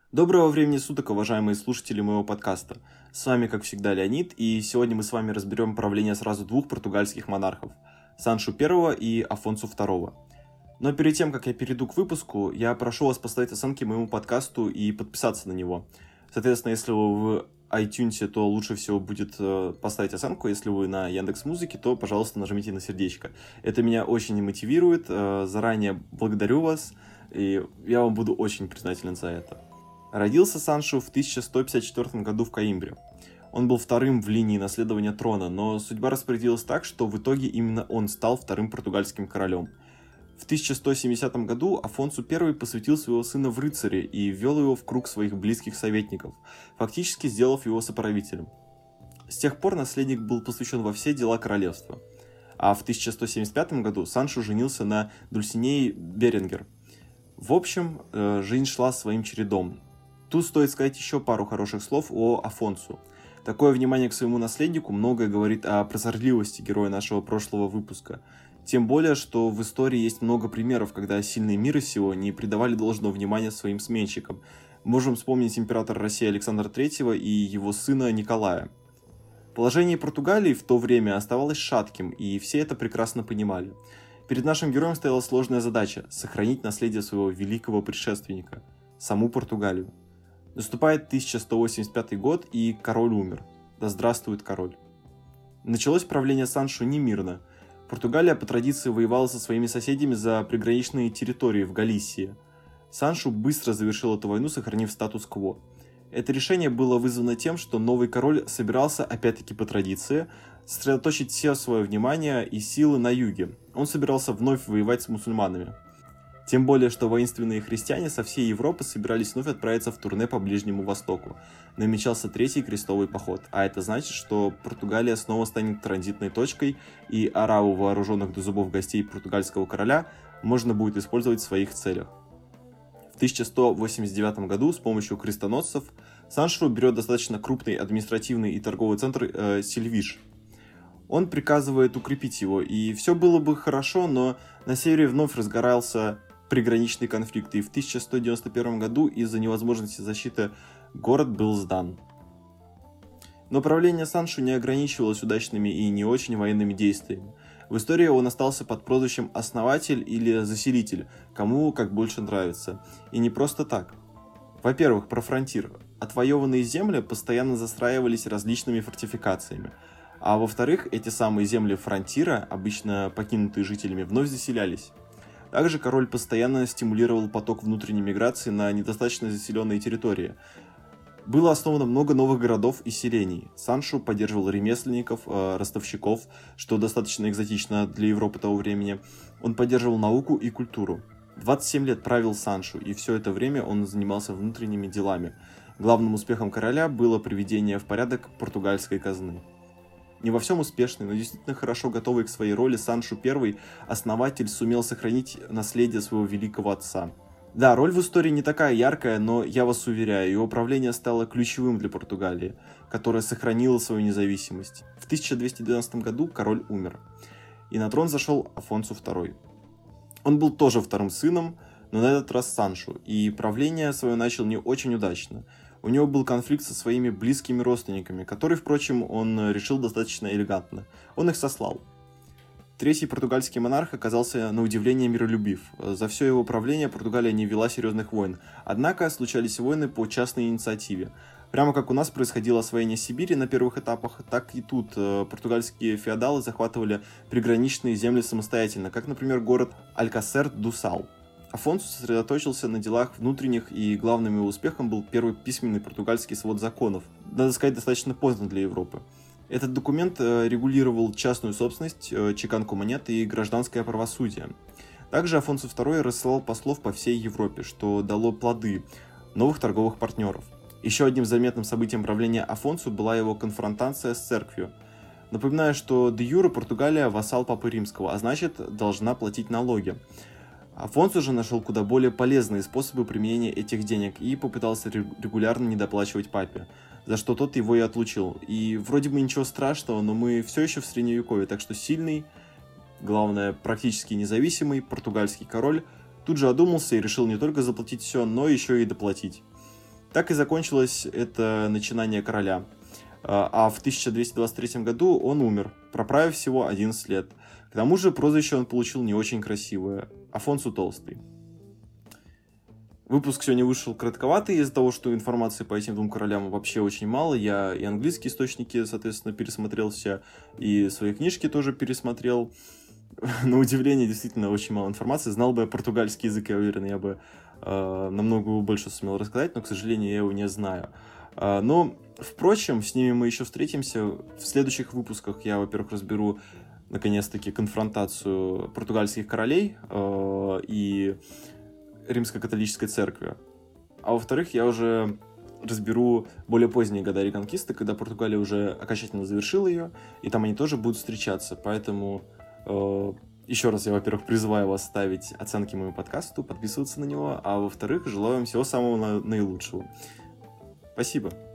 Доброго времени суток, уважаемые слушатели моего подкаста. С вами, как всегда, Леонид, и сегодня мы с вами разберем правление сразу двух португальских монархов – Саншу I и Афонсу II. Но перед тем, как я перейду к выпуску, я прошу вас поставить оценки моему подкасту и подписаться на него. Соответственно, если вы в iTunes, то лучше всего будет поставить оценку. Если вы на Яндекс.Музыке, то, пожалуйста, нажмите на сердечко. Это меня очень мотивирует. Заранее благодарю вас, и я вам буду очень признателен за это. Родился Саншу в 1154 году в Коимбре. Он был вторым в линии наследования трона, но судьба распорядилась так, что в итоге именно он стал вторым португальским королем. В 1170 году Афонсу I посвятил своего сына в рыцари и ввел его в круг своих близких советников, фактически сделав его соправителем. С тех пор наследник был посвящен во все дела королевства. А в 1175 году Саншу женился на Дульсинее Беренгер. В общем, жизнь шла своим чередом. Тут стоит сказать еще пару хороших слов о Афонсу. Такое внимание к своему наследнику многое говорит о прозорливости героя нашего прошлого выпуска. Тем более, что в истории есть много примеров, когда сильные мира сего не придавали должного внимания своим сменщикам. Можем вспомнить императора России Александра III и его сына Николая. Положение Португалии в то время оставалось шатким, и все это прекрасно понимали. Перед нашим героем стояла сложная задача – сохранить наследие своего великого предшественника – саму Португалию. Наступает 1185 год, и король умер. Да здравствует король. Началось правление Саншу не мирно. Португалия по традиции воевала со своими соседями за приграничные территории в Галисии. Саншу быстро завершил эту войну, сохранив статус-кво. Это решение было вызвано тем, что новый король собирался, опять-таки по традиции, сосредоточить все свое внимание и силы на юге. Он собирался вновь воевать с мусульманами. Тем более, что воинственные христиане со всей Европы собирались вновь отправиться в турне по Ближнему Востоку. Намечался Третий крестовый поход, а это значит, что Португалия снова станет транзитной точкой, и ораву вооруженных до зубов гостей португальского короля можно будет использовать в своих целях. В 1189 году с помощью крестоносцев Саншу берет достаточно крупный административный и торговый центр Сильвиш. Он приказывает укрепить его, и все было бы хорошо, но на севере вновь разгорался приграничный конфликт, и в 1191 году из-за невозможности защиты город был сдан. Но правление Саншу не ограничивалось удачными и не очень военными действиями. В истории он остался под прозвищем «основатель» или «заселитель», кому как больше нравится. И не просто так. Во-первых, про фронтир. Отвоеванные земли постоянно застраивались различными фортификациями. А во-вторых, эти самые земли фронтира, обычно покинутые жителями, вновь заселялись. Также король постоянно стимулировал поток внутренней миграции на недостаточно заселенные территории. Было основано много новых городов и селений. Саншу поддерживал ремесленников, ростовщиков, что достаточно экзотично для Европы того времени. Он поддерживал науку и культуру. 27 лет правил Саншу, и все это время он занимался внутренними делами. Главным успехом короля было приведение в порядок португальской казны. Не во всем успешный, но действительно хорошо готовый к своей роли, Саншу I, основатель, сумел сохранить наследие своего великого отца. Да, роль в истории не такая яркая, но я вас уверяю, его правление стало ключевым для Португалии, которая сохранила свою независимость. В 1212 году король умер, и на трон зашел Афонсу II. Он был тоже вторым сыном, но на этот раз Саншу, и правление свое начал не очень удачно. У него был конфликт со своими близкими родственниками, который, впрочем, он решил достаточно элегантно. Он их сослал. Третий португальский монарх оказался на удивление миролюбив. За все его правление Португалия не вела серьезных войн. Однако случались войны по частной инициативе. Прямо как у нас происходило освоение Сибири на первых этапах, так и тут португальские феодалы захватывали приграничные земли самостоятельно, как, например, город Алькасер-ду-Сал. Афонсу сосредоточился на делах внутренних, и главным его успехом был первый письменный португальский свод законов, надо сказать, достаточно поздно для Европы. Этот документ регулировал частную собственность, чеканку монет и гражданское правосудие. Также Афонсу II рассылал послов по всей Европе, что дало плоды новых торговых партнеров. Еще одним заметным событием правления Афонсу была его конфронтация с церковью. Напоминаю, что де юре Португалия вассал Папы Римского, а значит, должна платить налоги. Афонсу же нашел куда более полезные способы применения этих денег и попытался регулярно недоплачивать папе, за что тот его и отлучил. И вроде бы ничего страшного, но мы все еще в средневековье, так что сильный, главное, практически независимый португальский король тут же одумался и решил не только заплатить все, но еще и доплатить. Так и закончилось это начинание короля. А в 1223 году он умер, проправив всего 11 лет. К тому же прозвище он получил не очень красивое – Афонсу Толстый. Выпуск сегодня вышел кратковатый из-за того, что информации по этим двум королям вообще очень мало. Я и английские источники, соответственно, пересмотрел все, и свои книжки тоже пересмотрел. На удивление, действительно, очень мало информации. Знал бы я португальский язык, я уверен, я бы намного больше сумел рассказать, но, к сожалению, я его не знаю. Но, впрочем, с ними мы еще встретимся. В следующих выпусках я, во-первых, разберу, наконец-таки, конфронтацию португальских королей и римско-католической церкви. А во-вторых, я уже разберу более поздние года реконкисты, когда Португалия уже окончательно завершила ее, и там они тоже будут встречаться. Поэтому еще раз я, во-первых, призываю вас ставить оценки моему подкасту, подписываться на него, а во-вторых, желаю вам всего самого наилучшего. Спасибо.